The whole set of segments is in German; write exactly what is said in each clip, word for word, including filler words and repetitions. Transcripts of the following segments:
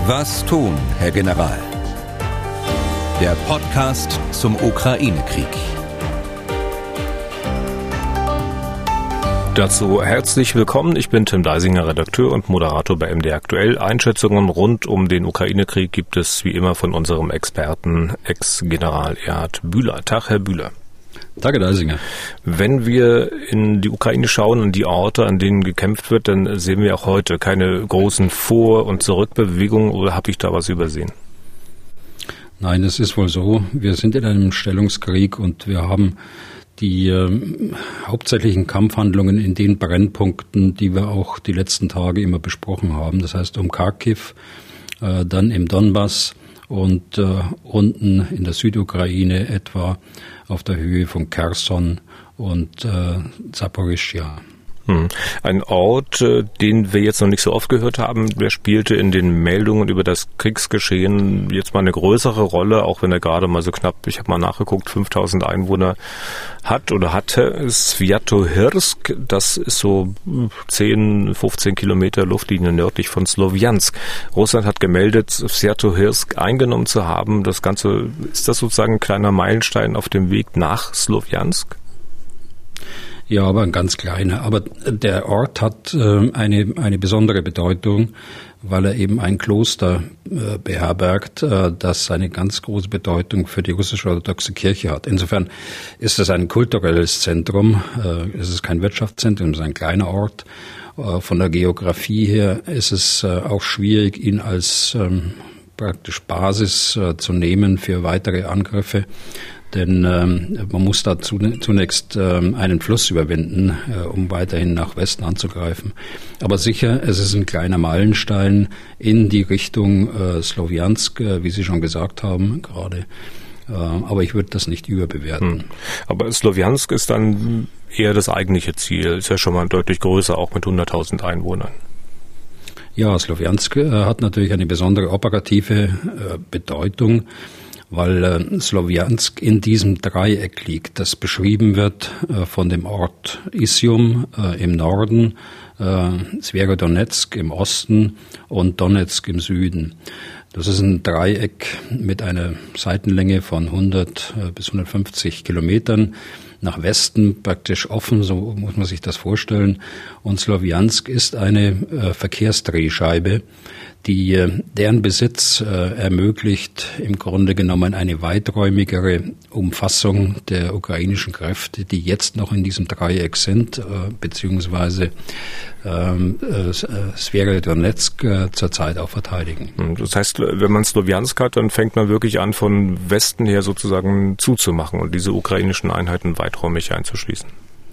Was tun, Herr General? Der Podcast zum Ukraine-Krieg. Dazu herzlich willkommen. Ich bin Tim Deisinger, Redakteur und Moderator bei M D R Aktuell. Einschätzungen rund um den Ukraine-Krieg gibt es wie immer von unserem Experten, Ex-General Erhard Bühler. Tag, Herr Bühler. Tag, Herr Deisinger. Wenn wir in die Ukraine schauen und die Orte, an denen gekämpft wird, dann sehen wir auch heute keine großen Vor- und Zurückbewegungen, oder habe ich da was übersehen? Nein, es ist wohl so. Wir sind in einem Stellungskrieg und wir haben die äh, hauptsächlichen Kampfhandlungen in den Brennpunkten, die wir auch die letzten Tage immer besprochen haben. Das heißt um Kharkiv, äh, dann im Donbass und äh, unten in der Südukraine etwa auf der Höhe von Cherson und äh, Saporischschja. Hm. Ein Ort, den wir jetzt noch nicht so oft gehört haben, der spielte in den Meldungen über das Kriegsgeschehen jetzt mal eine größere Rolle, auch wenn er gerade mal so knapp, ich habe mal nachgeguckt, fünftausend Einwohner hat oder hatte. Swiatohirsk, das ist so zehn, fünfzehn Kilometer Luftlinie nördlich von Sloviansk. Russland hat gemeldet, Swiatohirsk eingenommen zu haben. Das Ganze, ist das sozusagen ein kleiner Meilenstein auf dem Weg nach Sloviansk? Ja, aber ein ganz kleiner. Aber der Ort hat äh, eine eine besondere Bedeutung, weil er eben ein Kloster äh, beherbergt, äh, das eine ganz große Bedeutung für die russisch-orthodoxe Kirche hat. Insofern ist es ein kulturelles Zentrum. Äh, es ist kein Wirtschaftszentrum, es ist ein kleiner Ort. Äh, von der Geografie her ist es äh, auch schwierig, ihn als ähm, praktisch Basis äh, zu nehmen für weitere Angriffe. Denn ähm, man muss da zunächst ähm, einen Fluss überwinden, äh, um weiterhin nach Westen anzugreifen. Aber sicher, es ist ein kleiner Meilenstein in die Richtung äh, Sloviansk, äh, wie Sie schon gesagt haben gerade. Äh, aber ich würde das nicht überbewerten. Hm. Aber Sloviansk ist dann eher das eigentliche Ziel. Ist ja schon mal deutlich größer, auch mit hunderttausend Einwohnern. Ja, Sloviansk äh, hat natürlich eine besondere operative äh, Bedeutung, weil äh, Sloviansk in diesem Dreieck liegt, das beschrieben wird äh, von dem Ort Isium äh, im Norden, äh, Swerodonetsk im Osten und Donetsk im Süden. Das ist ein Dreieck mit einer Seitenlänge von hundert äh, bis hundertfünfzig Kilometern. Nach Westen praktisch offen, so muss man sich das vorstellen. Und Sloviansk ist eine äh, Verkehrsdrehscheibe, die äh, deren Besitz äh, ermöglicht, im Grunde genommen eine weiträumigere Umfassung der ukrainischen Kräfte, die jetzt noch in diesem Dreieck sind, äh, beziehungsweise ähm, äh, Swerodonetsk äh, zurzeit auch verteidigen. Das heißt, wenn man Sloviansk hat, dann fängt man wirklich an, von Westen her sozusagen zuzumachen und diese ukrainischen Einheiten weiträumig einzuschließen.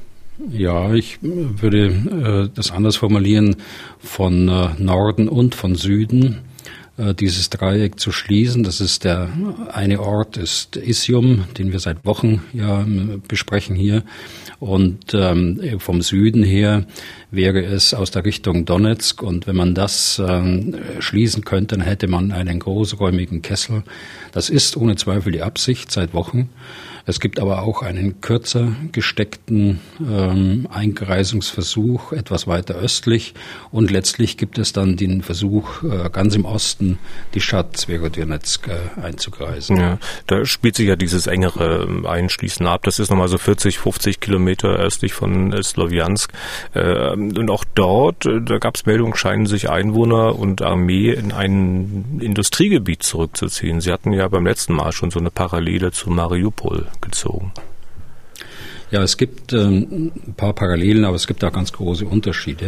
Ja, ich würde äh, das anders formulieren, von äh, Norden und von Süden äh, dieses Dreieck zu schließen. Das ist der eine Ort, ist Isium, den wir seit Wochen ja besprechen hier. Und ähm, vom Süden her wäre es aus der Richtung Donetsk. Und wenn man das ähm, schließen könnte, dann hätte man einen großräumigen Kessel. Das ist ohne Zweifel die Absicht seit Wochen. Es gibt aber auch einen kürzer gesteckten ähm, Einkreisungsversuch etwas weiter östlich und letztlich gibt es dann den Versuch, äh, ganz im Osten die Stadt Swerodonetsk äh, einzukreisen. Ja, da spielt sich ja dieses engere Einschließen ab. Das ist nochmal so vierzig, fünfzig Kilometer östlich von äh, Sloviansk. Äh, und auch dort, äh, da gab es Meldungen, scheinen sich Einwohner und Armee in ein Industriegebiet zurückzuziehen. Sie hatten ja beim letzten Mal schon so eine Parallele zu Mariupol gezogen. Ja, es gibt ähm, ein paar Parallelen, aber es gibt auch ganz große Unterschiede.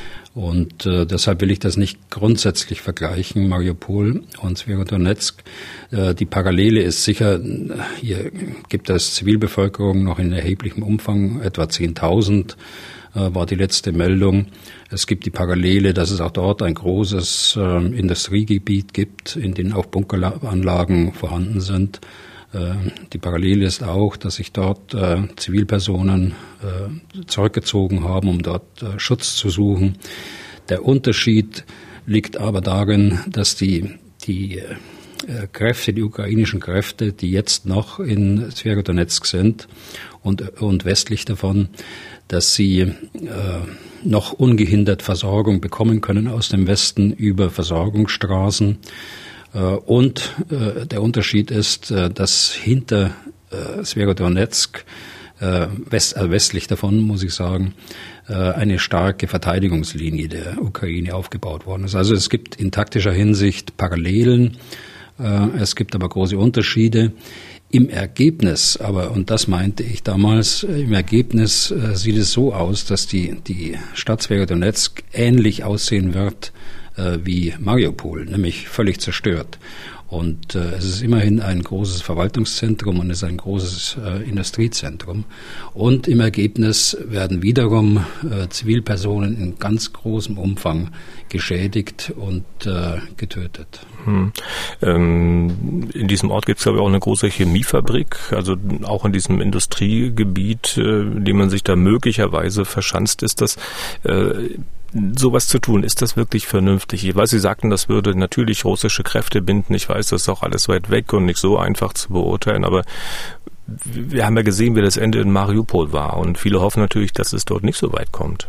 Und äh, deshalb will ich das nicht grundsätzlich vergleichen, Mariupol und Swerodonetsk. Äh, die Parallele ist sicher, hier gibt es Zivilbevölkerung noch in erheblichem Umfang, etwa zehntausend äh, war die letzte Meldung. Es gibt die Parallele, dass es auch dort ein großes äh, Industriegebiet gibt, in dem auch Bunkeranlagen vorhanden sind. Die Parallele ist auch, dass sich dort äh, Zivilpersonen äh, zurückgezogen haben, um dort äh, Schutz zu suchen. Der Unterschied liegt aber darin, dass die, die äh, Kräfte, die ukrainischen Kräfte, die jetzt noch in Swerodonetsk sind und, und westlich davon, dass sie äh, noch ungehindert Versorgung bekommen können aus dem Westen über Versorgungsstraßen. Äh, und äh, der Unterschied ist, äh, dass hinter äh, Severodonetsk, äh, west, äh, westlich davon muss ich sagen, äh, eine starke Verteidigungslinie der Ukraine aufgebaut worden ist. Also es gibt in taktischer Hinsicht Parallelen, äh, es gibt aber große Unterschiede. Im Ergebnis aber, und das meinte ich damals, im Ergebnis äh, sieht es so aus, dass die, die Stadt Severodonetsk ähnlich aussehen wird äh, wie Mariupol, nämlich völlig zerstört. Und äh, es ist immerhin ein großes Verwaltungszentrum und es ist ein großes äh, Industriezentrum. Und im Ergebnis werden wiederum äh, Zivilpersonen in ganz großem Umfang geschädigt und äh, getötet. Hm. Ähm, in diesem Ort gibt es, glaube ich, auch eine große Chemiefabrik, also auch in diesem Industriegebiet, äh, in dem man sich da möglicherweise verschanzt. Ist das äh, sowas zu tun, ist das wirklich vernünftig? Ich weiß, Sie sagten, das würde natürlich russische Kräfte binden. Ich weiß, das ist auch alles weit weg und nicht so einfach zu beurteilen, aber wir haben ja gesehen, wie das Ende in Mariupol war und viele hoffen natürlich, dass es dort nicht so weit kommt.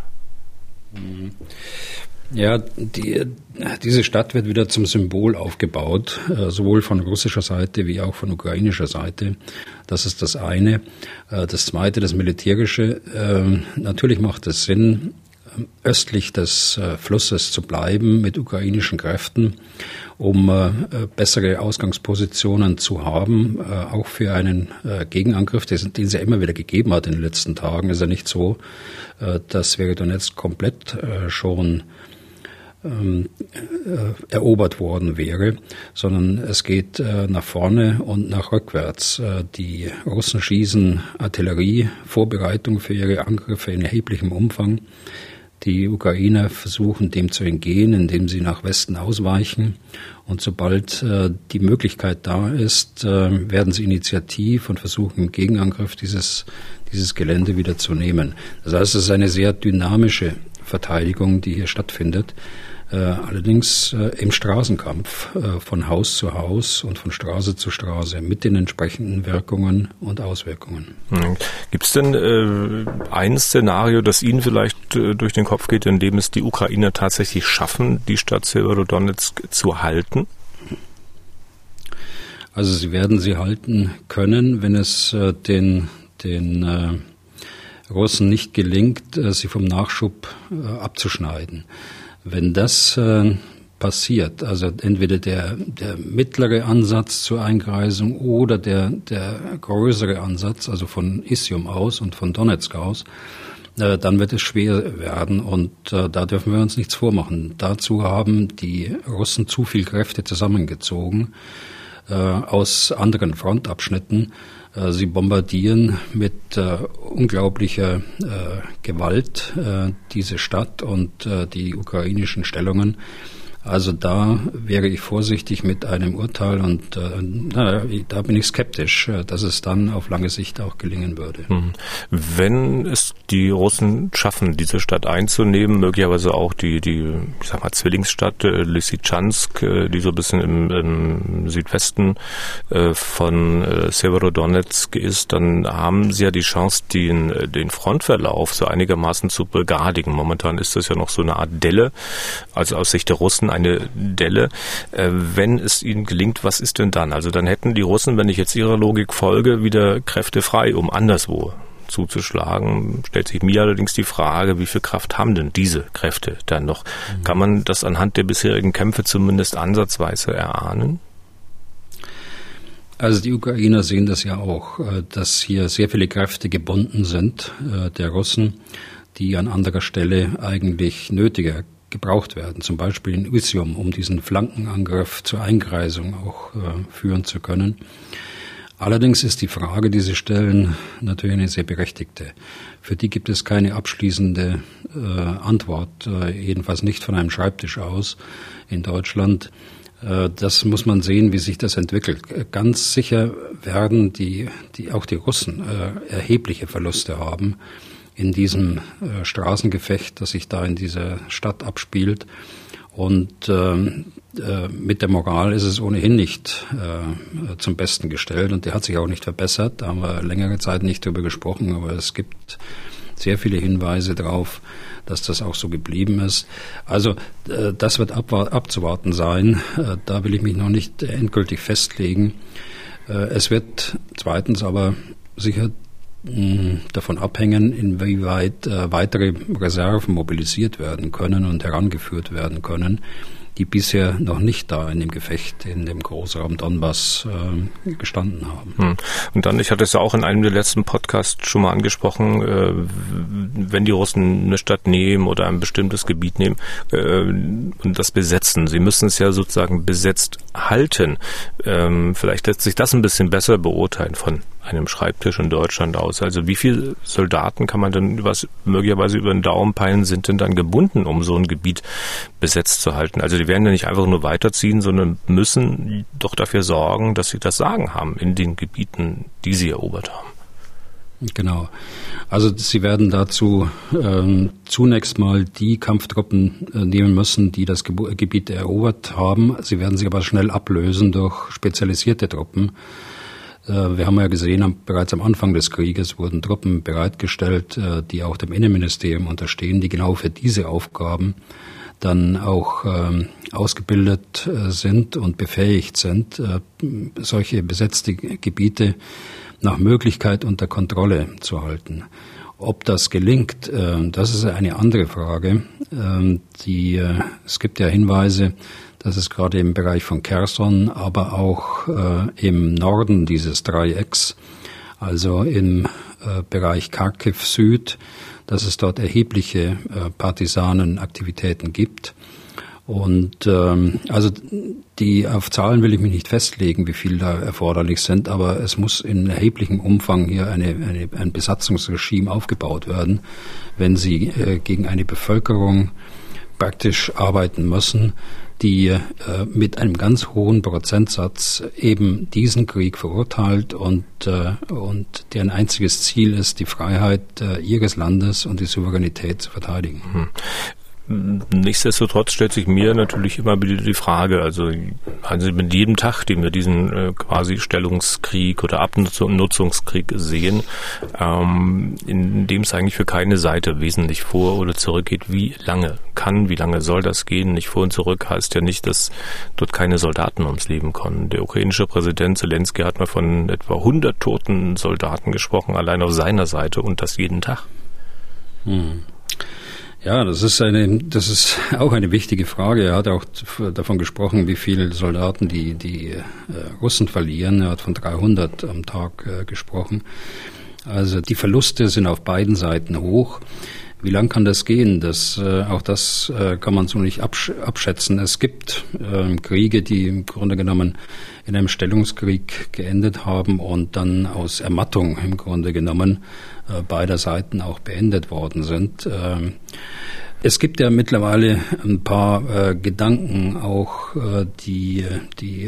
Ja, die, diese Stadt wird wieder zum Symbol aufgebaut, äh, sowohl von russischer Seite wie auch von ukrainischer Seite. Das ist das eine. Äh, das zweite, das Militärische. Äh, natürlich macht es Sinn, östlich des äh, Flusses zu bleiben mit ukrainischen Kräften, um äh, bessere Ausgangspositionen zu haben, äh, auch für einen äh, Gegenangriff, den, den es ja immer wieder gegeben hat in den letzten Tagen. Es ist ja nicht so, äh, dass Severodonetsk komplett äh, schon ähm, äh, erobert worden wäre, sondern es geht äh, nach vorne und nach rückwärts. Äh, die Russen schießen Artillerie, Vorbereitung für ihre Angriffe in erheblichem Umfang. Die Ukrainer versuchen dem zu entgehen, indem sie nach Westen ausweichen. Und sobald äh, die Möglichkeit da ist, äh, werden sie initiativ und versuchen im Gegenangriff dieses, dieses Gelände wieder zu nehmen. Das heißt, es ist eine sehr dynamische Verteidigung, die hier stattfindet. Äh, allerdings äh, im Straßenkampf, äh, von Haus zu Haus und von Straße zu Straße mit den entsprechenden Wirkungen und Auswirkungen. Mhm. Gibt es denn äh, ein Szenario, das Ihnen vielleicht äh, durch den Kopf geht, in dem es die Ukrainer tatsächlich schaffen, die Stadt Severodonetsk zu halten? Also sie werden sie halten können, wenn es äh, den, den äh, Russen nicht gelingt, äh, sie vom Nachschub äh, abzuschneiden. Wenn das äh, passiert, also entweder der, der mittlere Ansatz zur Einkreisung oder der, der größere Ansatz, also von Isium aus und von Donetsk aus, äh, dann wird es schwer werden und äh, da dürfen wir uns nichts vormachen. Dazu haben die Russen zu viel Kräfte zusammengezogen äh, aus anderen Frontabschnitten. Sie bombardieren mit äh, unglaublicher äh, Gewalt äh, diese Stadt und äh, die ukrainischen Stellungen. Also da wäre ich vorsichtig mit einem Urteil und äh, na, da bin ich skeptisch, äh, dass es dann auf lange Sicht auch gelingen würde. Wenn es die Russen schaffen, diese Stadt einzunehmen, möglicherweise auch die, die ich sag mal, Zwillingsstadt äh, Lysychansk, äh, die so ein bisschen im, im Südwesten äh, von äh, Severodonetsk ist, dann haben sie ja die Chance, den, den Frontverlauf so einigermaßen zu begradigen. Momentan ist das ja noch so eine Art Delle, also aus Sicht der Russen eine Delle. Äh, wenn es ihnen gelingt, was ist denn dann? Also dann hätten die Russen, wenn ich jetzt ihrer Logik folge, wieder Kräfte frei, um anderswo zuzuschlagen. Stellt sich mir allerdings die Frage, wie viel Kraft haben denn diese Kräfte dann noch? Mhm. Kann man das anhand der bisherigen Kämpfe zumindest ansatzweise erahnen? Also die Ukrainer sehen das ja auch, dass hier sehr viele Kräfte gebunden sind, der Russen, die an anderer Stelle eigentlich nötiger gebraucht werden, zum Beispiel in Isium, um diesen Flankenangriff zur Einkreisung auch äh, führen zu können. Allerdings ist die Frage, die Sie stellen, natürlich eine sehr berechtigte. Für die gibt es keine abschließende äh, Antwort, äh, jedenfalls nicht von einem Schreibtisch aus in Deutschland. Äh, das muss man sehen, wie sich das entwickelt. Ganz sicher werden die, die auch die Russen äh, erhebliche Verluste haben in diesem äh, Straßengefecht, das sich da in dieser Stadt abspielt. Und ähm, äh, mit der Moral ist es ohnehin nicht äh, zum Besten gestellt und der hat sich auch nicht verbessert. Da haben wir längere Zeit nicht drüber gesprochen, aber es gibt sehr viele Hinweise darauf, dass das auch so geblieben ist. Also das wird abzuwarten sein. Da will ich mich noch nicht endgültig festlegen. Es wird zweitens aber sicher davon abhängen, inwieweit weitere Reserven mobilisiert werden können und herangeführt werden können, die bisher noch nicht da in dem Gefecht in dem Großraum Donbass äh, gestanden haben. Hm. Und dann, ich hatte es ja auch in einem der letzten Podcasts schon mal angesprochen, äh, wenn die Russen eine Stadt nehmen oder ein bestimmtes Gebiet nehmen äh, und das besetzen, sie müssen es ja sozusagen besetzt halten. Ähm, vielleicht lässt sich das ein bisschen besser beurteilen von einem Schreibtisch in Deutschland aus. Also wie viele Soldaten kann man denn was möglicherweise über den Daumen peilen, sind denn dann gebunden, um so ein Gebiet besetzt zu halten? Also die werden ja nicht einfach nur weiterziehen, sondern müssen doch dafür sorgen, dass sie das Sagen haben in den Gebieten, die sie erobert haben. Genau. Also sie werden dazu ähm, zunächst mal die Kampftruppen äh, nehmen müssen, die das Ge- Gebiet erobert haben. Sie werden sich aber schnell ablösen durch spezialisierte Truppen. Wir haben ja gesehen, bereits am Anfang des Krieges wurden Truppen bereitgestellt, die auch dem Innenministerium unterstehen, die genau für diese Aufgaben dann auch ausgebildet sind und befähigt sind, solche besetzte Gebiete nach Möglichkeit unter Kontrolle zu halten. Ob das gelingt, das ist eine andere Frage. Die, es gibt ja Hinweise, dass es gerade im Bereich von Cherson, aber auch äh, im Norden dieses Dreiecks, also im äh, Bereich Kharkiv Süd, dass es dort erhebliche äh, Partisanenaktivitäten gibt. Und ähm, also die auf Zahlen will ich mich nicht festlegen, wie viel da erforderlich sind, aber es muss in erheblichem Umfang hier eine, eine, ein Besatzungsregime aufgebaut werden, wenn sie äh, gegen eine Bevölkerung praktisch arbeiten müssen, die äh, mit einem ganz hohen Prozentsatz eben diesen Krieg verurteilt und, äh, und deren einziges Ziel ist, die Freiheit äh, ihres Landes und die Souveränität zu verteidigen. Hm. Nichtsdestotrotz stellt sich mir natürlich immer wieder die Frage, also, also mit jedem Tag, den wir diesen äh, quasi Stellungskrieg oder Abnutzungskrieg sehen, ähm, in dem es eigentlich für keine Seite wesentlich vor oder zurück geht, wie lange kann, wie lange soll das gehen? Nicht vor und zurück heißt ja nicht, dass dort keine Soldaten ums Leben kommen. Der ukrainische Präsident Zelensky hat mal von etwa hundert toten Soldaten gesprochen, allein auf seiner Seite, und das jeden Tag. Hm. Ja, das ist eine, das ist auch eine wichtige Frage. Er hat auch davon gesprochen, wie viele Soldaten die, die äh, Russen verlieren. Er hat von dreihundert am Tag äh, gesprochen. Also die Verluste sind auf beiden Seiten hoch. Wie lang kann das gehen? Das, äh, auch das äh, kann man so nicht absch- abschätzen. Es gibt äh, Kriege, die im Grunde genommen in einem Stellungskrieg geendet haben und dann aus Ermattung im Grunde genommen äh, beider Seiten auch beendet worden sind. Äh, es gibt ja mittlerweile ein paar äh, Gedanken auch, äh, die, die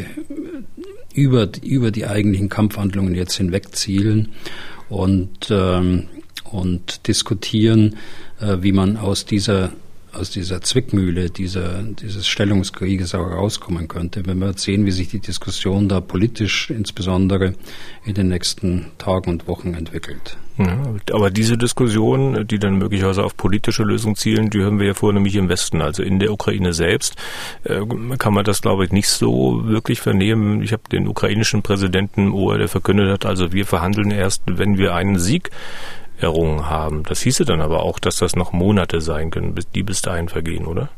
über, über die eigentlichen Kampfhandlungen jetzt hinweg zielen und ähm, und diskutieren, äh, wie man aus dieser aus dieser Zwickmühle dieser dieses Stellungskrieges auch rauskommen könnte. Wenn wir sehen, wie sich die Diskussion da politisch insbesondere in den nächsten Tagen und Wochen entwickelt. Ja, aber diese Diskussion, die dann möglicherweise auf politische Lösungen zielen, die hören wir ja vornehmlich im Westen, also in der Ukraine selbst. Äh, kann man das, glaube ich, nicht so wirklich vernehmen. Ich habe den ukrainischen Präsidenten im Ohr, der verkündet hat, also wir verhandeln erst, wenn wir einen Sieg errungen haben. Das hieße dann aber auch, dass das noch Monate sein können, bis die bis dahin vergehen, oder?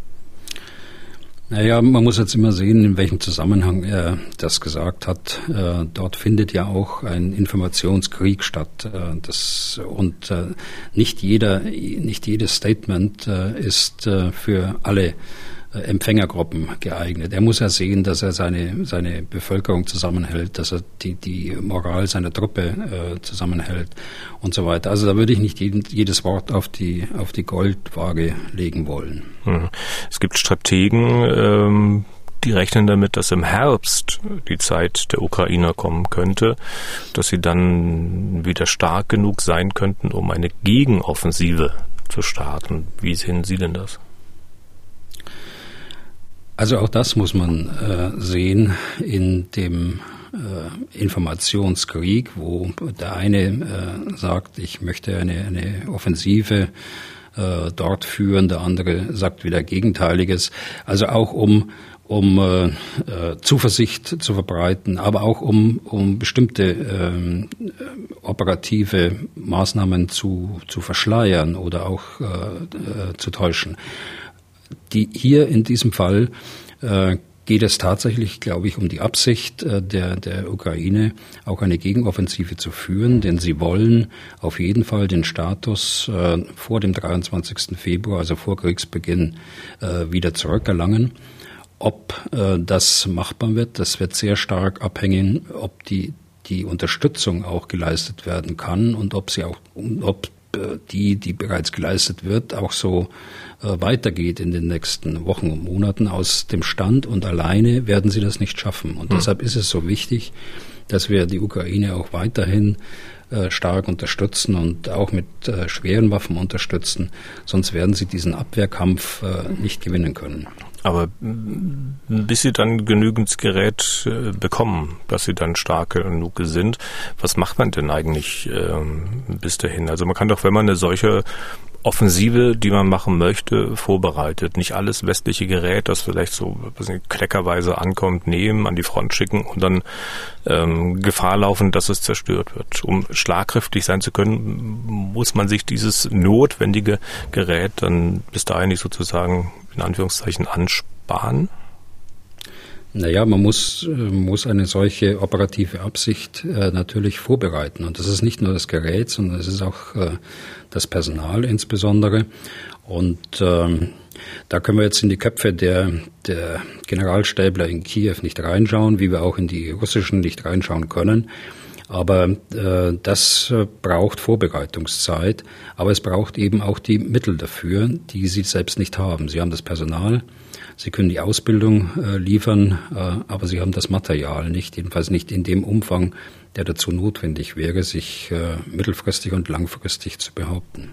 Naja, man muss jetzt immer sehen, in welchem Zusammenhang er das gesagt hat. Äh, dort findet ja auch ein Informationskrieg statt. Äh, das, und äh, nicht jeder, nicht jedes Statement äh, ist äh, für alle Empfängergruppen geeignet. Er muss ja sehen, dass er seine seine Bevölkerung zusammenhält, dass er die die Moral seiner Truppe äh, zusammenhält und so weiter. Also da würde ich nicht jeden, jedes Wort auf die auf die Goldwaage legen wollen. Es gibt Strategen, ähm, die rechnen damit, dass im Herbst die Zeit der Ukrainer kommen könnte, dass sie dann wieder stark genug sein könnten, um eine Gegenoffensive zu starten. Wie sehen Sie denn das? Also auch das muss man äh, sehen in dem äh, Informationskrieg, wo der eine äh, sagt, ich möchte eine, eine Offensive äh, dort führen, der andere sagt wieder Gegenteiliges. Also auch um um äh, Zuversicht zu verbreiten, aber auch um, um bestimmte äh, operative Maßnahmen zu, zu verschleiern oder auch äh, äh, zu täuschen. Die hier in diesem Fall äh, geht es tatsächlich, glaube ich, um die Absicht äh, der, der Ukraine, auch eine Gegenoffensive zu führen, denn sie wollen auf jeden Fall den Status äh, vor dem dreiundzwanzigsten Februar, also vor Kriegsbeginn, äh, wieder zurückerlangen. Ob äh, das machbar wird, das wird sehr stark abhängen, ob die die Unterstützung auch geleistet werden kann und ob sie auch, ob äh, die, die bereits geleistet wird, auch so äh, weitergeht in den nächsten Wochen und Monaten. Aus dem Stand und alleine werden sie das nicht schaffen. Und mhm. deshalb ist es so wichtig, dass wir die Ukraine auch weiterhin äh, stark unterstützen und auch mit äh, schweren Waffen unterstützen. Sonst werden sie diesen Abwehrkampf äh, nicht gewinnen können. Aber bis sie dann genügend Gerät äh, bekommen, dass sie dann stark genug sind, was macht man denn eigentlich ähm, bis dahin? Also man kann doch, wenn man eine solche Offensive, die man machen möchte, vorbereitet, nicht alles westliche Gerät, das vielleicht so was nicht, kleckerweise ankommt, nehmen, an die Front schicken und dann ähm, Gefahr laufen, dass es zerstört wird. Um schlagkräftig sein zu können, muss man sich dieses notwendige Gerät dann bis dahin nicht sozusagen in Anführungszeichen ansparen? Naja, man muss, muss eine solche operative Absicht äh, natürlich vorbereiten. Und das ist nicht nur das Gerät, sondern es ist auch äh, das Personal insbesondere. Und ähm, da können wir jetzt in die Köpfe der, der Generalstäbler in Kiew nicht reinschauen, wie wir auch in die russischen nicht reinschauen können. Aber äh, das äh, braucht Vorbereitungszeit. Aber es braucht eben auch die Mittel dafür, die sie selbst nicht haben. Sie haben das Personal, sie können die Ausbildung äh, liefern, äh, aber sie haben das Material nicht, jedenfalls nicht in dem Umfang, der dazu notwendig wäre, sich äh, mittelfristig und langfristig zu behaupten.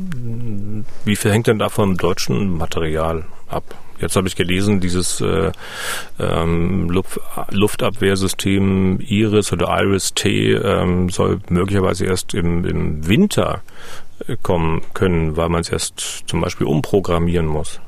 Wie viel hängt denn da vom deutschen Material ab? Jetzt habe ich gelesen, dieses äh, ähm, Luft, Luftabwehrsystem Iris oder Iris-T ähm, soll möglicherweise erst im, im Winter kommen können, weil man es erst zum Beispiel umprogrammieren muss.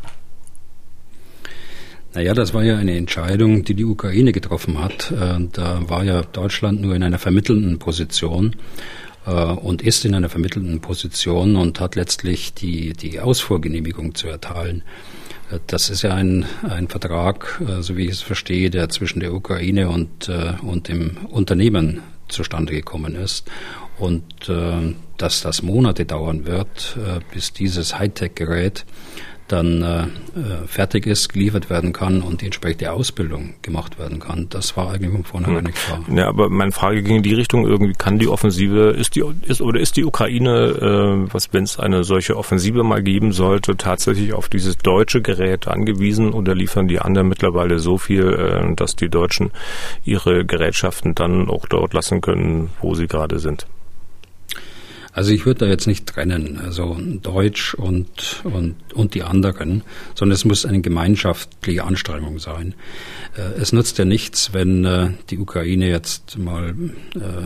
Naja, das war ja eine Entscheidung, die die Ukraine getroffen hat. Da war ja Deutschland nur in einer vermittelnden Position und ist in einer vermittelnden Position und hat letztlich die, die Ausfuhrgenehmigung zu erteilen. Das ist ja ein, ein Vertrag, so wie ich es verstehe, der zwischen der Ukraine und, und dem Unternehmen zustande gekommen ist. Und dass das Monate dauern wird, bis dieses Hightech-Gerät dann äh, fertig ist, geliefert werden kann und die entsprechende Ausbildung gemacht werden kann. Das war eigentlich von vornherein nicht klar. Ja, aber meine Frage ging in die Richtung, irgendwie kann die Offensive, ist die ist oder ist die Ukraine, äh, was wenn es eine solche Offensive mal geben sollte, tatsächlich auf dieses deutsche Gerät angewiesen oder liefern die anderen mittlerweile so viel, äh, dass die Deutschen ihre Gerätschaften dann auch dort lassen können, wo sie gerade sind? Also ich würde da jetzt nicht trennen, also Deutsch und, und, und die anderen, sondern es muss eine gemeinschaftliche Anstrengung sein. Äh, es nützt ja nichts, wenn äh, die Ukraine jetzt mal äh,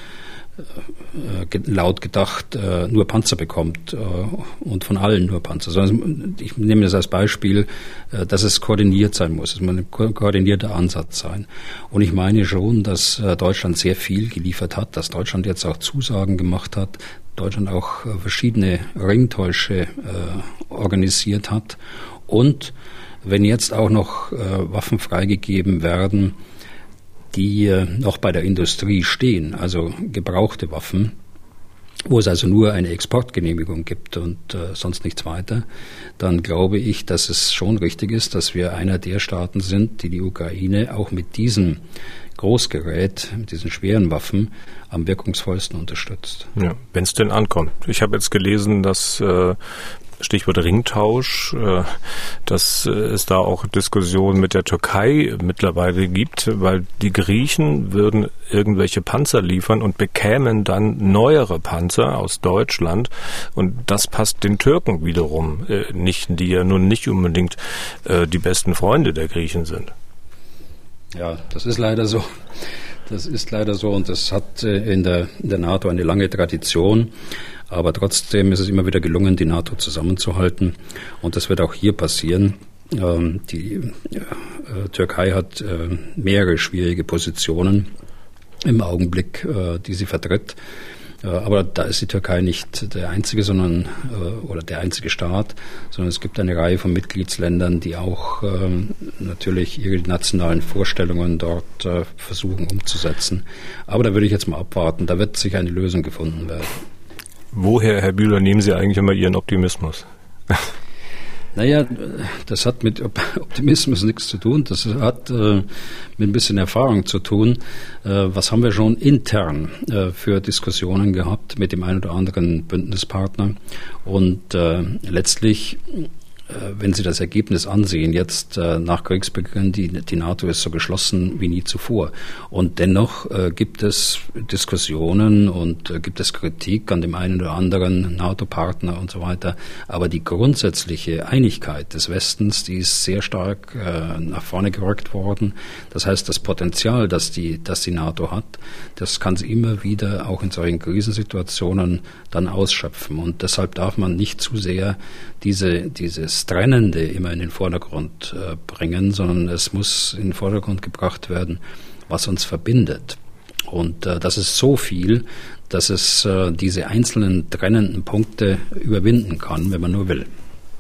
äh, laut gedacht äh, nur Panzer bekommt äh, und von allen nur Panzer. Sondern ich nehme das als Beispiel, äh, dass es koordiniert sein muss. Es muss ein ko- koordinierter Ansatz sein. Und ich meine schon, dass äh, Deutschland sehr viel geliefert hat, dass Deutschland jetzt auch Zusagen gemacht hat, Deutschland auch äh, verschiedene Ringtäusche äh, organisiert hat. Und wenn jetzt auch noch äh, Waffen freigegeben werden, die äh, noch bei der Industrie stehen, also gebrauchte Waffen, wo es also nur eine Exportgenehmigung gibt und äh, sonst nichts weiter, dann glaube ich, dass es schon richtig ist, dass wir einer der Staaten sind, die die Ukraine auch mit diesem Großgerät, mit diesen schweren Waffen am wirkungsvollsten unterstützt. Ja, wenn es denn ankommt. Ich habe jetzt gelesen, dass äh, Stichwort Ringtausch, äh, dass äh, es da auch Diskussionen mit der Türkei mittlerweile gibt, weil die Griechen würden irgendwelche Panzer liefern und bekämen dann neuere Panzer aus Deutschland und das passt den Türken wiederum äh, nicht, die ja nun nicht unbedingt äh, die besten Freunde der Griechen sind. Ja, das ist leider so. Das ist leider so und das hat in der, in der NATO eine lange Tradition. Aber trotzdem ist es immer wieder gelungen, die NATO zusammenzuhalten. Und das wird auch hier passieren. Ähm, die äh, Türkei hat äh, mehrere schwierige Positionen im Augenblick, äh, die sie vertritt. Äh, aber da ist die Türkei nicht der einzige, sondern äh, oder der einzige Staat, sondern es gibt eine Reihe von Mitgliedsländern, die auch äh, natürlich ihre nationalen Vorstellungen dort äh, versuchen umzusetzen. Aber da würde ich jetzt mal abwarten. Da wird sicher eine Lösung gefunden werden. Woher, Herr Bühler, nehmen Sie eigentlich immer Ihren Optimismus? Naja, das hat mit Optimismus nichts zu tun. Das hat äh, mit ein bisschen Erfahrung zu tun. Äh, was haben wir schon intern äh, für Diskussionen gehabt mit dem einen oder anderen Bündnispartner? Und äh, letztlich, wenn Sie das Ergebnis ansehen, jetzt äh, nach Kriegsbeginn, die, die NATO ist so geschlossen wie nie zuvor. Und dennoch äh, gibt es Diskussionen und äh, gibt es Kritik an dem einen oder anderen NATO-Partner und so weiter. Aber die grundsätzliche Einigkeit des Westens, die ist sehr stark äh, nach vorne gerückt worden. Das heißt, das Potenzial, das die, das die NATO hat, das kann sie immer wieder auch in solchen Krisensituationen dann ausschöpfen. Und deshalb darf man nicht zu sehr diese, dieses Trennende immer in den Vordergrund äh, bringen, sondern es muss in den Vordergrund gebracht werden, was uns verbindet. Und äh, das ist so viel, dass es äh, diese einzelnen trennenden Punkte überwinden kann, wenn man nur will.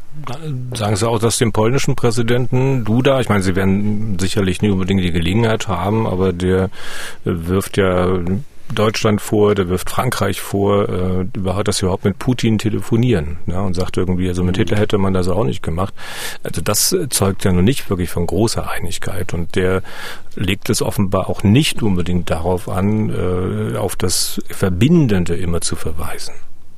Sagen Sie auch das dem polnischen Präsidenten Duda? Ich meine, Sie werden sicherlich nicht unbedingt die Gelegenheit haben, aber der wirft ja Deutschland vor, der wirft Frankreich vor, äh, überhaupt, dass sie überhaupt mit Putin telefonieren, ja, und sagt irgendwie, also mit Hitler hätte man das auch nicht gemacht. Also das zeugt ja nun nicht wirklich von großer Einigkeit und der legt es offenbar auch nicht unbedingt darauf an, äh, auf das Verbindende immer zu verweisen.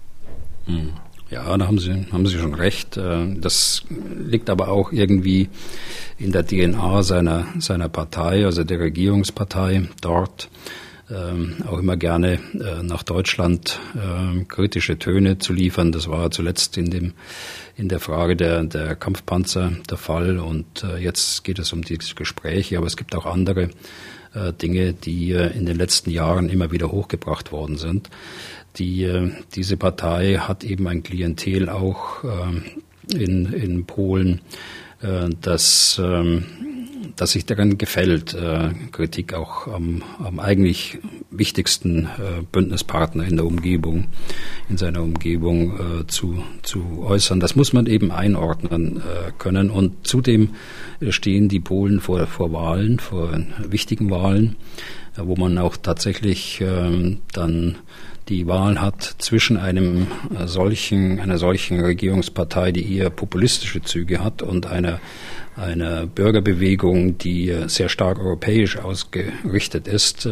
Hm. Ja, da haben Sie, haben Sie schon recht. Das liegt aber auch irgendwie in der D N A seiner, seiner Partei, also der Regierungspartei dort. Ähm, auch immer gerne äh, nach Deutschland äh, kritische Töne zu liefern. Das war zuletzt in dem in der Frage der der Kampfpanzer der Fall und äh, jetzt geht es um diese Gespräche, aber es gibt auch andere äh, Dinge, die äh, in den letzten Jahren immer wieder hochgebracht worden sind. Die äh, diese Partei hat eben ein Klientel auch äh, in in Polen, äh, das äh, dass sich daran gefällt, äh, Kritik auch am, am eigentlich wichtigsten äh, Bündnispartner in der Umgebung, in seiner Umgebung äh, zu, zu äußern. Das muss man eben einordnen äh, können. Und zudem stehen die Polen vor, vor Wahlen, vor wichtigen Wahlen, äh, wo man auch tatsächlich äh, dann die Wahl hat zwischen einem äh, solchen, einer solchen Regierungspartei, die eher populistische Züge hat, und einer einer Bürgerbewegung, die sehr stark europäisch ausgerichtet ist.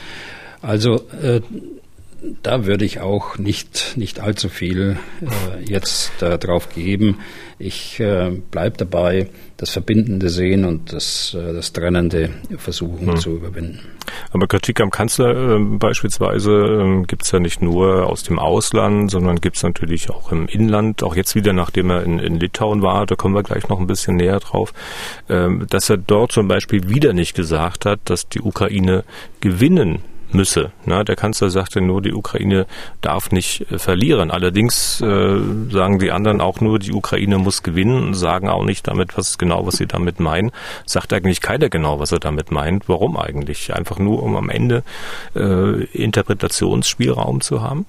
Also äh, da würde ich auch nicht nicht allzu viel äh, jetzt äh, drauf geben. Ich äh, bleibe dabei, das Verbindende sehen und das, äh, das Trennende versuchen hm. zu überwinden. Aber Kritik am Kanzler äh, beispielsweise äh, gibt es ja nicht nur aus dem Ausland, sondern gibt es natürlich auch im Inland, auch jetzt wieder, nachdem er in, in Litauen war, da kommen wir gleich noch ein bisschen näher drauf, äh, dass er dort zum Beispiel wieder nicht gesagt hat, dass die Ukraine gewinnen müsse. Na, der Kanzler sagte nur, die Ukraine darf nicht äh, verlieren. Allerdings äh, sagen die anderen auch nur, die Ukraine muss gewinnen und sagen auch nicht damit, was genau, was sie damit meinen. Sagt eigentlich keiner genau, was er damit meint. Warum eigentlich? Einfach nur, um am Ende äh, Interpretationsspielraum zu haben?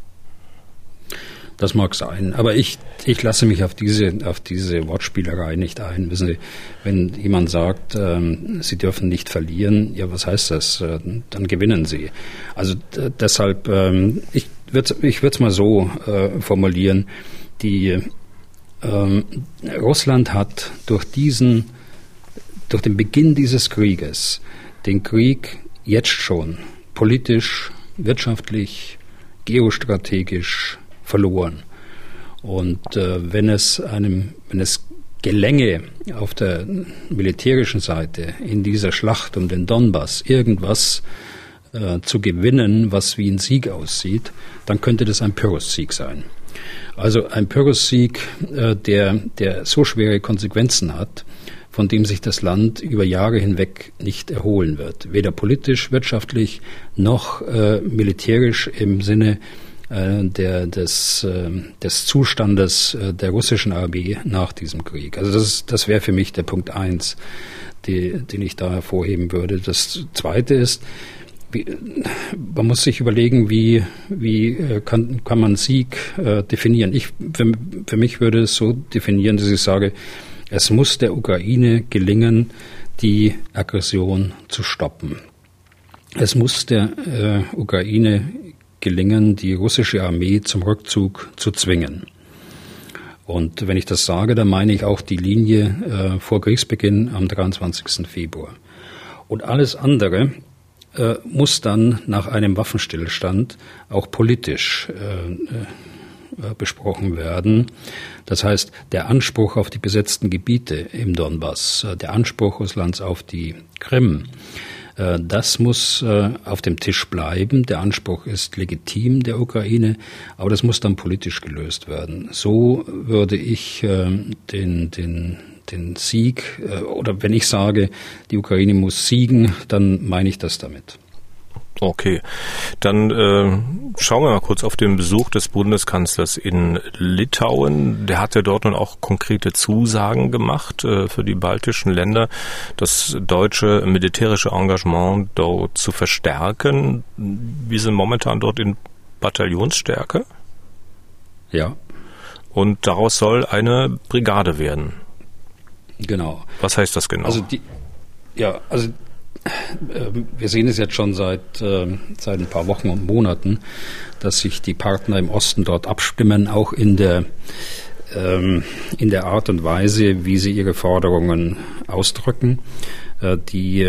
Das mag sein, aber ich, ich lasse mich auf diese, auf diese Wortspielerei nicht ein. Wissen Sie, wenn jemand sagt, ähm, Sie dürfen nicht verlieren, ja, was heißt das? Äh, dann gewinnen Sie. Also d- deshalb, ähm, ich würde ich würde es mal so äh, formulieren, die ähm, Russland hat durch diesen, durch den Beginn dieses Krieges, den Krieg jetzt schon politisch, wirtschaftlich, geostrategisch verloren. Und äh, wenn es einem, wenn es gelänge, auf der militärischen Seite in dieser Schlacht um den Donbass irgendwas äh, zu gewinnen, was wie ein Sieg aussieht, dann könnte das ein Pyrrhus-Sieg sein. Also ein Pyrrhus-Sieg, äh, der, der so schwere Konsequenzen hat, von dem sich das Land über Jahre hinweg nicht erholen wird. Weder politisch, wirtschaftlich noch äh, militärisch im Sinne äh, der, des, äh, des Zustandes äh, der russischen Armee nach diesem Krieg. Also das, das wäre für mich der Punkt eins, die, den ich da hervorheben würde. Das Zweite ist, wie, man muss sich überlegen, wie, wie kann, kann man Sieg äh, definieren. Ich, für, für mich würde es so definieren, dass ich sage, es muss der Ukraine gelingen, die Aggression zu stoppen. Es muss der äh, Ukraine gelingen, die russische Armee zum Rückzug zu zwingen. Und wenn ich das sage, dann meine ich auch die Linie äh, vor Kriegsbeginn am dreiundzwanzigsten Februar. Und alles andere äh, muss dann nach einem Waffenstillstand auch politisch äh, äh, besprochen werden. Das heißt, der Anspruch auf die besetzten Gebiete im Donbass, äh, der Anspruch Russlands auf die Krim, das muss auf dem Tisch bleiben. Der Anspruch ist legitim der Ukraine, aber das muss dann politisch gelöst werden. So würde ich den, den, den Sieg, oder wenn ich sage, die Ukraine muss siegen, dann meine ich das damit. Okay, dann äh, schauen wir mal kurz auf den Besuch des Bundeskanzlers in Litauen. Der hat ja dort nun auch konkrete Zusagen gemacht äh, für die baltischen Länder, das deutsche militärische Engagement dort zu verstärken. Wir sind momentan dort in Bataillonsstärke. Ja. Und daraus soll eine Brigade werden. Genau. Was heißt das genau? Also die, ja, also wir sehen es jetzt schon seit, äh, seit ein paar Wochen und Monaten, dass sich die Partner im Osten dort abstimmen, auch in der, ähm, in der Art und Weise, wie sie ihre Forderungen ausdrücken. Äh, die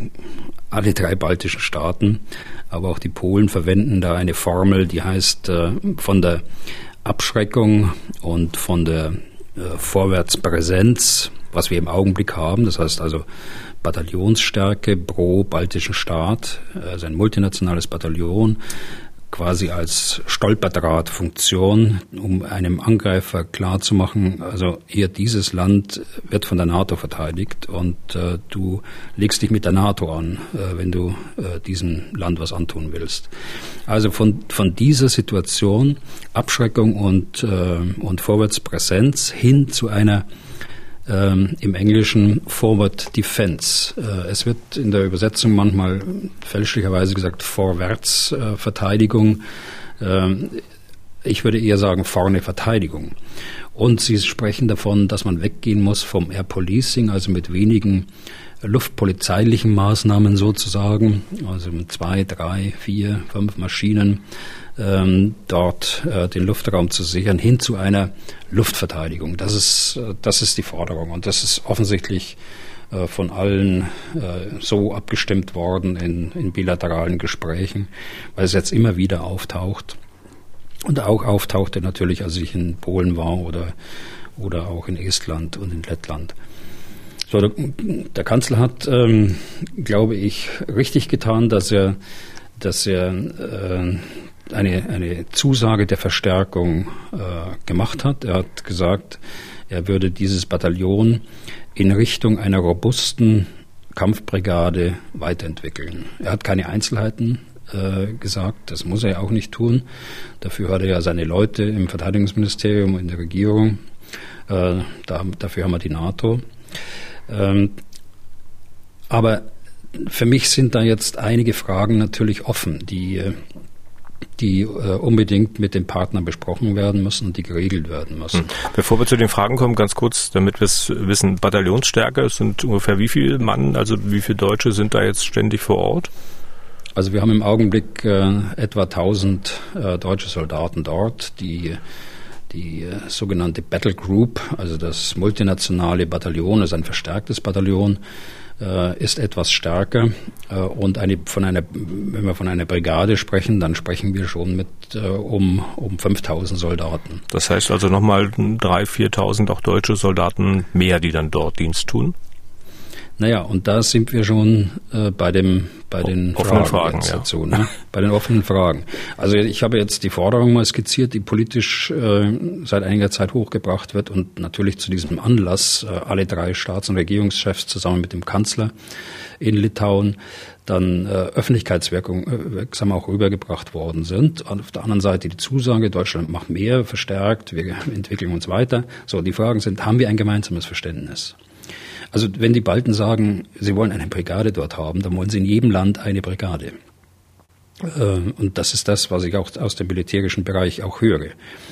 alle drei baltischen Staaten, aber auch die Polen verwenden da eine Formel, die heißt äh, von der Abschreckung und von der äh, Vorwärtspräsenz, was wir im Augenblick haben, das heißt also Bataillonsstärke pro baltischen Staat, also ein multinationales Bataillon, quasi als Stolperdrahtfunktion, um einem Angreifer klarzumachen, also hier dieses Land wird von der NATO verteidigt und äh, du legst dich mit der NATO an, äh, wenn du äh, diesem Land was antun willst. Also von, von dieser Situation, Abschreckung und, äh, und Vorwärtspräsenz hin zu einer Ähm, im Englischen Forward Defense. Äh, es wird in der Übersetzung manchmal fälschlicherweise gesagt Vorwärtsverteidigung. Äh, äh, ich würde eher sagen vorne Verteidigung. Und Sie sprechen davon, dass man weggehen muss vom Air Policing, also mit wenigen luftpolizeilichen Maßnahmen sozusagen, also mit zwei, drei, vier, fünf Maschinen, ähm, dort äh, den Luftraum zu sichern, hin zu einer Luftverteidigung. Das ist, äh, das ist die Forderung. Und das ist offensichtlich äh, von allen äh, so abgestimmt worden in, in bilateralen Gesprächen, weil es jetzt immer wieder auftaucht. Und auch auftauchte natürlich, als ich in Polen war oder, oder auch in Estland und in Lettland. So, der, der Kanzler hat, ähm, glaube ich, richtig getan, dass er, dass er äh, eine, eine Zusage der Verstärkung äh, gemacht hat. Er hat gesagt, er würde dieses Bataillon in Richtung einer robusten Kampfbrigade weiterentwickeln. Er hat keine Einzelheiten äh, gesagt, das muss er auch nicht tun. Dafür hat er ja seine Leute im Verteidigungsministerium, in der Regierung. Äh, da, dafür haben wir die NATO. Ähm, aber für mich sind da jetzt einige Fragen natürlich offen, die, die äh, unbedingt mit den Partnern besprochen werden müssen und die geregelt werden müssen. Bevor wir zu den Fragen kommen, ganz kurz, damit wir es wissen, Bataillonsstärke, es sind ungefähr wie viele Mann, also wie viele Deutsche sind da jetzt ständig vor Ort? Also wir haben im Augenblick äh, etwa tausend äh, deutsche Soldaten dort, die Die äh, sogenannte Battle Group, also das multinationale Bataillon, ist ein verstärktes Bataillon, äh, ist etwas stärker. Äh, und eine, von einer, wenn wir von einer Brigade sprechen, dann sprechen wir schon mit äh, um, um fünftausend Soldaten. Das heißt also nochmal dreitausend, viertausend auch deutsche Soldaten mehr, die dann dort Dienst tun? Naja, und da sind wir schon äh, bei dem bei den offenen Fragen, Fragen ja. dazu, ne? Bei den offenen Fragen. Also ich habe jetzt die Forderung mal skizziert, die politisch äh, seit einiger Zeit hochgebracht wird und natürlich zu diesem Anlass äh, alle drei Staats- und Regierungschefs zusammen mit dem Kanzler in Litauen dann äh, öffentlichkeitswirksam äh, auch rübergebracht worden sind. Auf der anderen Seite die Zusage, Deutschland macht mehr, verstärkt, wir entwickeln uns weiter. So, die Fragen sind, haben wir ein gemeinsames Verständnis? Also wenn die Balten sagen, sie wollen eine Brigade dort haben, dann wollen sie in jedem Land eine Brigade. Und das ist das, was ich auch aus dem militärischen Bereich auch höre.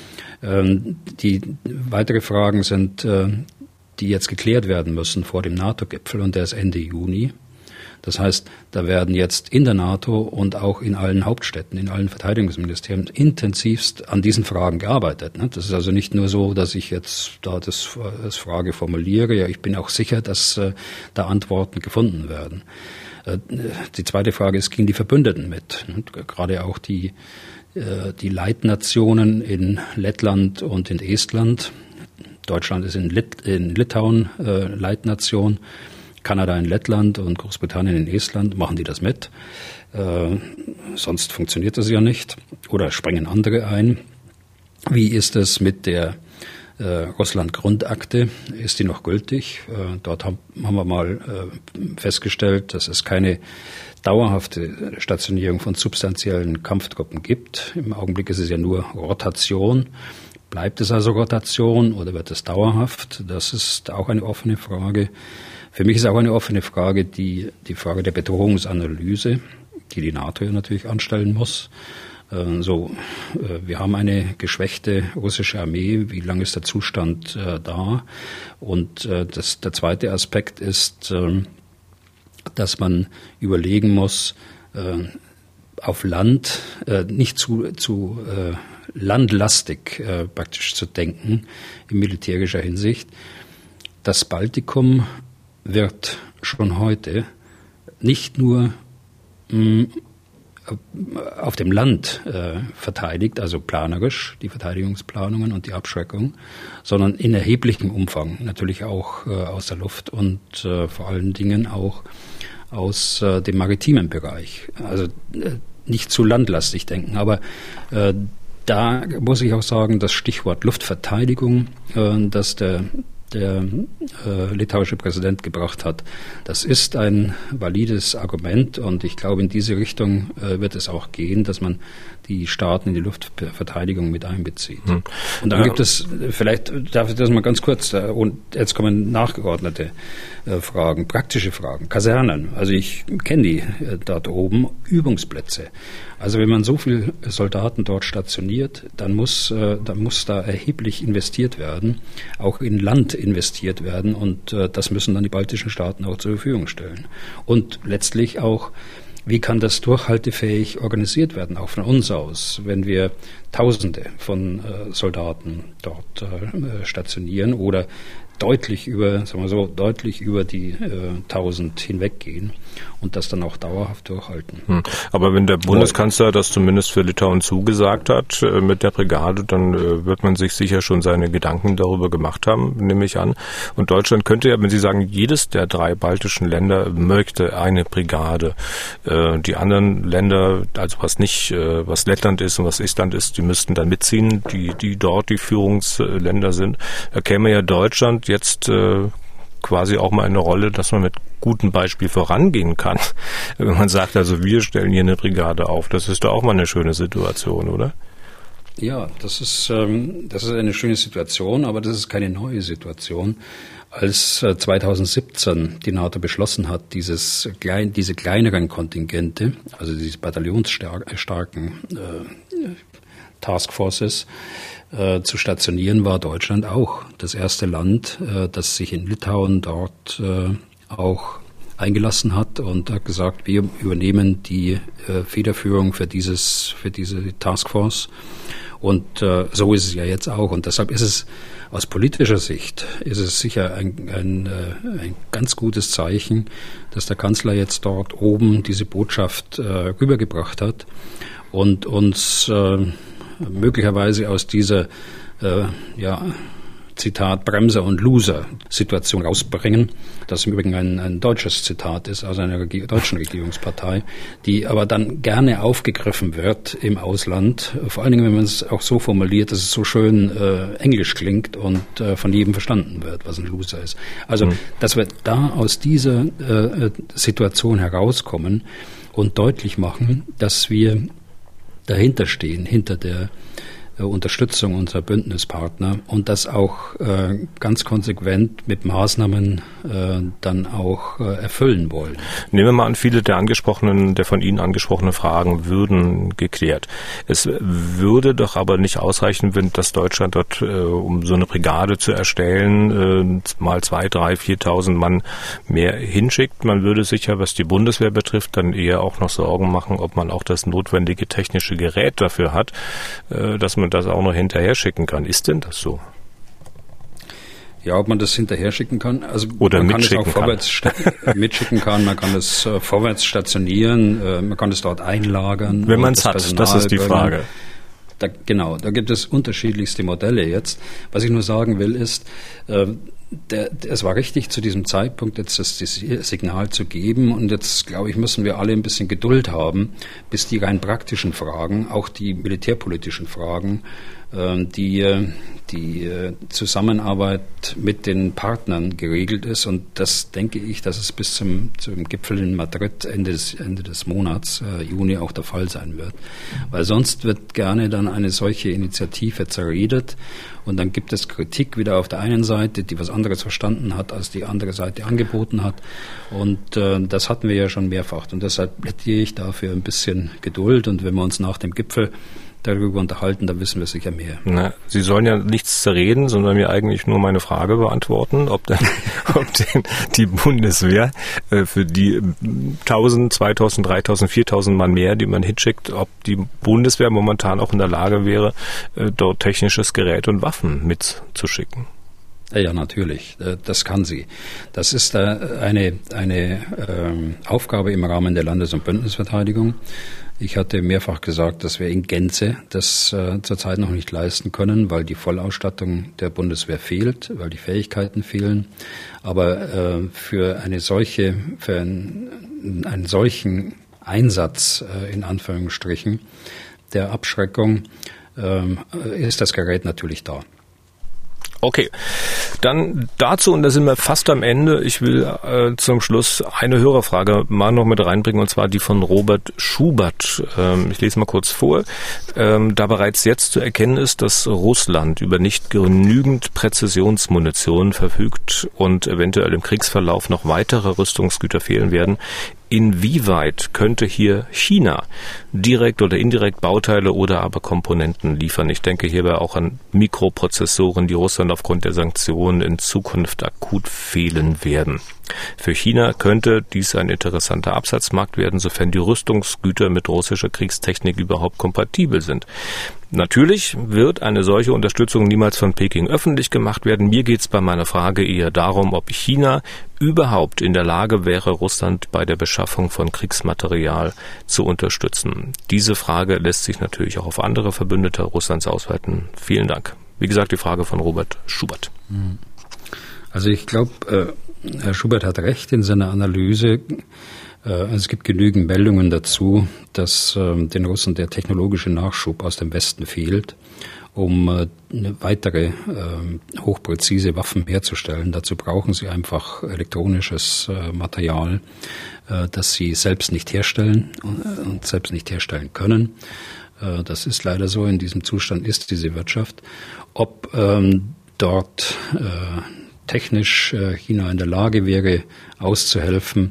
Die weitere Fragen sind, die jetzt geklärt werden müssen vor dem NATO-Gipfel, und der ist Ende Juni. Das heißt, da werden jetzt in der NATO und auch in allen Hauptstädten, in allen Verteidigungsministerien intensivst an diesen Fragen gearbeitet. Das ist also nicht nur so, dass ich jetzt da das als Frage formuliere. Ja, ich bin auch sicher, dass äh, da Antworten gefunden werden. Äh, die zweite Frage ist, gehen die Verbündeten mit? Und gerade auch die, äh, die Leitnationen in Lettland und in Estland. Deutschland ist in, Lit- in Litauen äh, Leitnation. Kanada in Lettland und Großbritannien in Estland, machen die das mit? Äh, sonst funktioniert das ja nicht. Oder springen andere ein? Wie ist es mit der äh, Russland-Grundakte? Ist die noch gültig? Äh, dort haben, haben wir mal äh, festgestellt, dass es keine dauerhafte Stationierung von substanziellen Kampftruppen gibt. Im Augenblick ist es ja nur Rotation. Bleibt es also Rotation oder wird es dauerhaft? Das ist auch eine offene Frage. Für mich ist auch eine offene Frage die, die Frage der Bedrohungsanalyse, die die NATO natürlich anstellen muss. Äh, so, äh, wir haben eine geschwächte russische Armee. Wie lange ist der Zustand äh, da? Und äh, das, der zweite Aspekt ist, äh, dass man überlegen muss, äh, auf Land äh, nicht zu, zu äh, landlastig äh, praktisch zu denken in militärischer Hinsicht. Das Baltikum wird schon heute nicht nur mh, auf dem Land äh, verteidigt, also planerisch, die Verteidigungsplanungen und die Abschreckung, sondern in erheblichem Umfang natürlich auch äh, aus der Luft und äh, vor allen Dingen auch aus äh, dem maritimen Bereich. Also äh, nicht zu landlastig denken, aber äh, da muss ich auch sagen, das Stichwort Luftverteidigung, äh, dass der der äh, litauische Präsident gebracht hat. Das ist ein valides Argument und ich glaube, in diese Richtung äh, wird es auch gehen, dass man die Staaten in die Luftverteidigung mit einbezieht. Hm. Und dann ja. gibt es, vielleicht darf ich das mal ganz kurz, äh, und jetzt kommen nachgeordnete äh, Fragen, praktische Fragen, Kasernen. Also ich kenne die äh, dort oben, Übungsplätze. Also wenn man so viele Soldaten dort stationiert, dann muss, äh, dann muss da erheblich investiert werden, auch in Land investiert werden und äh, das müssen dann die baltischen Staaten auch zur Verfügung stellen. Und letztlich auch, wie kann das durchhaltefähig organisiert werden, auch von uns aus, wenn wir Tausende von äh, Soldaten dort äh, stationieren oder deutlich über, sagen wir so, deutlich über die äh, tausend hinweggehen und das dann auch dauerhaft durchhalten. Hm. Aber wenn der Bundeskanzler das zumindest für Litauen zugesagt hat äh, mit der Brigade, dann äh, wird man sich sicher schon seine Gedanken darüber gemacht haben, nehme ich an. Und Deutschland könnte ja, wenn Sie sagen, jedes der drei baltischen Länder möchte eine Brigade. Äh, die anderen Länder, also was nicht, äh, was Lettland ist und was Estland ist, die müssten dann mitziehen, die, die dort die Führungsländer sind. Da käme ja Deutschland jetzt äh, quasi auch mal eine Rolle, dass man mit gutem Beispiel vorangehen kann. Wenn man sagt, also wir stellen hier eine Brigade auf, das ist doch auch mal eine schöne Situation, oder? Ja, das ist, ähm, das ist eine schöne Situation, aber das ist keine neue Situation. Als äh, zweitausendsiebzehn die NATO beschlossen hat, dieses klein, diese kleineren Kontingente, also diese bataillonsstarken äh, Taskforces, äh, zu stationieren, war Deutschland auch das erste Land, äh, das sich in Litauen dort äh, auch eingelassen hat und hat gesagt, wir übernehmen die äh, Federführung für dieses, für diese Taskforce. Und äh, so ist es ja jetzt auch. Und deshalb ist es aus politischer Sicht ist es sicher ein, ein, äh, ein ganz gutes Zeichen, dass der Kanzler jetzt dort oben diese Botschaft äh, rübergebracht hat und uns äh, möglicherweise aus dieser äh, ja, Zitat, Bremser- und Loser-Situation rausbringen, das im Übrigen ein, ein deutsches Zitat ist, aus einer Regi- deutschen Regierungspartei, die aber dann gerne aufgegriffen wird im Ausland, vor allen Dingen, wenn man es auch so formuliert, dass es so schön äh, englisch klingt und äh, von jedem verstanden wird, was ein Loser ist. Also, mhm. dass wir da aus dieser äh, Situation herauskommen und deutlich machen, dass wir dahinter stehen, hinter der äh, Unterstützung unserer Bündnispartner und das auch äh, ganz konsequent mit Maßnahmen äh, dann auch äh, erfüllen wollen. Nehmen wir mal an, viele der angesprochenen, der von Ihnen angesprochenen Fragen würden geklärt. Es würde doch aber nicht ausreichen, wenn das Deutschland dort, äh, um so eine Brigade zu erstellen, äh, mal zwei, drei, viertausend Mann mehr hinschickt. Man würde sich ja, was die Bundeswehr betrifft, dann eher auch noch Sorgen machen, ob man auch das notwendige technische Gerät dafür hat, äh, dass man das auch noch hinterher schicken kann. Ist denn das so? Ja, ob man das hinterher schicken kann. Also Oder man kann es auch kann. vorwärts sta- mitschicken kann, man kann es äh, vorwärts stationieren, äh, man kann es dort einlagern. Wenn man es hat, Personal das ist die Frage. Da, genau, da gibt es unterschiedlichste Modelle jetzt. Was ich nur sagen will ist, äh, der, der, es war richtig, zu diesem Zeitpunkt jetzt das, das Signal zu geben und jetzt, glaube ich, müssen wir alle ein bisschen Geduld haben, bis die rein praktischen Fragen, auch die militärpolitischen Fragen, äh, die, die Zusammenarbeit mit den Partnern geregelt ist und das denke ich, dass es bis zum, zum Gipfel in Madrid Ende des, Ende des Monats, äh, Juni, auch der Fall sein wird. Weil sonst wird gerne dann eine solche Initiative zerredet und dann gibt es Kritik wieder auf der einen Seite, die was anderes verstanden hat, als die andere Seite angeboten hat. Und äh, das hatten wir ja schon mehrfach. Und deshalb plädiere ich dafür ein bisschen Geduld. Und wenn wir uns nach dem Gipfel darüber unterhalten, dann wissen wir sicher mehr. Na, Sie sollen ja nichts zerreden, sondern mir eigentlich nur meine Frage beantworten, ob, denn, ob denn die Bundeswehr äh, für die tausend, zweitausend, dreitausend, viertausend Mann mehr, die man hinschickt, ob die Bundeswehr momentan auch in der Lage wäre, äh, dort technisches Gerät und Waffen mitzuschicken. Ja, natürlich. Das kann sie. Das ist eine, eine ähm, Aufgabe im Rahmen der Landes- und Bündnisverteidigung. Ich hatte mehrfach gesagt, dass wir in Gänze das äh, zurzeit noch nicht leisten können, weil die Vollausstattung der Bundeswehr fehlt, weil die Fähigkeiten fehlen. Aber äh, für eine solche, für einen, einen solchen Einsatz äh, in Anführungsstrichen der Abschreckung äh, ist das Gerät natürlich da. Okay, dann dazu, und da sind wir fast am Ende, ich will äh, zum Schluss eine Hörerfrage mal noch mit reinbringen, und zwar die von Robert Schubert. Ähm, ich lese mal kurz vor. Ähm, da bereits jetzt zu erkennen ist, dass Russland über nicht genügend Präzisionsmunition verfügt und eventuell im Kriegsverlauf noch weitere Rüstungsgüter fehlen werden, inwieweit könnte hier China direkt oder indirekt Bauteile oder aber Komponenten liefern? Ich denke hierbei auch an Mikroprozessoren, die Russland aufgrund der Sanktionen in Zukunft akut fehlen werden. Für China könnte dies ein interessanter Absatzmarkt werden, sofern die Rüstungsgüter mit russischer Kriegstechnik überhaupt kompatibel sind. Natürlich wird eine solche Unterstützung niemals von Peking öffentlich gemacht werden. Mir geht es bei meiner Frage eher darum, ob China überhaupt in der Lage wäre, Russland bei der Beschaffung von Kriegsmaterial zu unterstützen. Diese Frage lässt sich natürlich auch auf andere Verbündete Russlands ausweiten. Vielen Dank. Wie gesagt, die Frage von Robert Schubert. Also ich glaube, äh, Herr Schubert hat recht in seiner Analyse. Also es gibt genügend Meldungen dazu, dass äh, den Russen der technologische Nachschub aus dem Westen fehlt, um äh, weitere äh, hochpräzise Waffen herzustellen. Dazu brauchen sie einfach elektronisches äh, Material, äh, das sie selbst nicht herstellen und, und selbst nicht herstellen können. Äh, das ist leider so, in diesem Zustand ist diese Wirtschaft. Ob ähm, dort äh, technisch äh, China in der Lage wäre, auszuhelfen,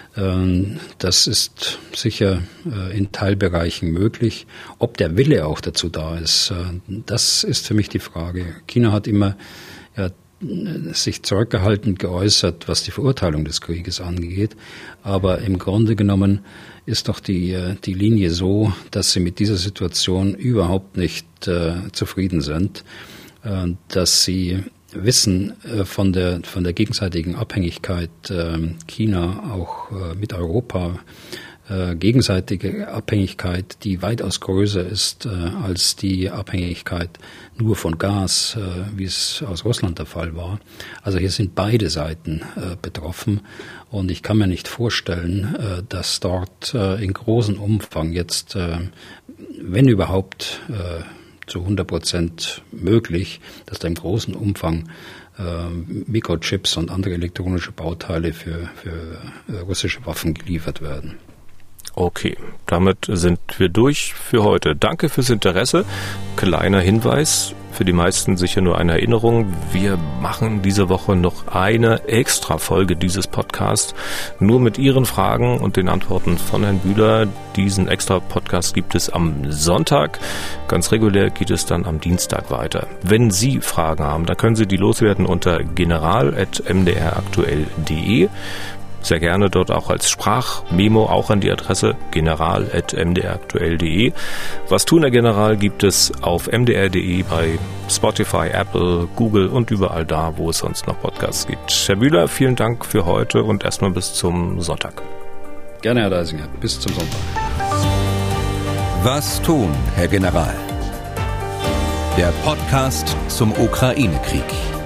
das ist sicher in Teilbereichen möglich. Ob der Wille auch dazu da ist, das ist für mich die Frage. China hat immer ja, sich zurückgehalten geäußert, was die Verurteilung des Krieges angeht. Aber im Grunde genommen ist doch die, die Linie so, dass sie mit dieser Situation überhaupt nicht äh, zufrieden sind, äh, dass sie wissen äh, von der von der gegenseitigen Abhängigkeit äh, China auch äh, mit Europa äh, gegenseitige Abhängigkeit, die weitaus größer ist äh, als die Abhängigkeit nur von Gas, äh, wie es aus Russland der Fall war. Also hier sind beide Seiten äh, betroffen und ich kann mir nicht vorstellen, äh, dass dort äh, in großem Umfang jetzt, äh, wenn überhaupt äh, zu hundert Prozent möglich, dass da im großen Umfang äh, Mikrochips und andere elektronische Bauteile für, für äh, russische Waffen geliefert werden. Okay, damit sind wir durch für heute. Danke fürs Interesse. Kleiner Hinweis, für die meisten sicher nur eine Erinnerung. Wir machen diese Woche noch eine extra Folge dieses Podcasts, nur mit Ihren Fragen und den Antworten von Herrn Bühler. Diesen extra Podcast gibt es am Sonntag. Ganz regulär geht es dann am Dienstag weiter. Wenn Sie Fragen haben, dann können Sie die loswerden unter general at m d r aktuell punkt d e. Sehr gerne dort auch als Sprachmemo, auch an die Adresse general at m d r aktuell punkt d e. Was tun, Herr General, gibt es auf m d r punkt d e, bei Spotify, Apple, Google und überall da, wo es sonst noch Podcasts gibt. Herr Bühler, vielen Dank für heute und erstmal bis zum Sonntag. Gerne, Herr Deisinger. Bis zum Sonntag. Was tun, Herr General? Der Podcast zum Ukraine-Krieg.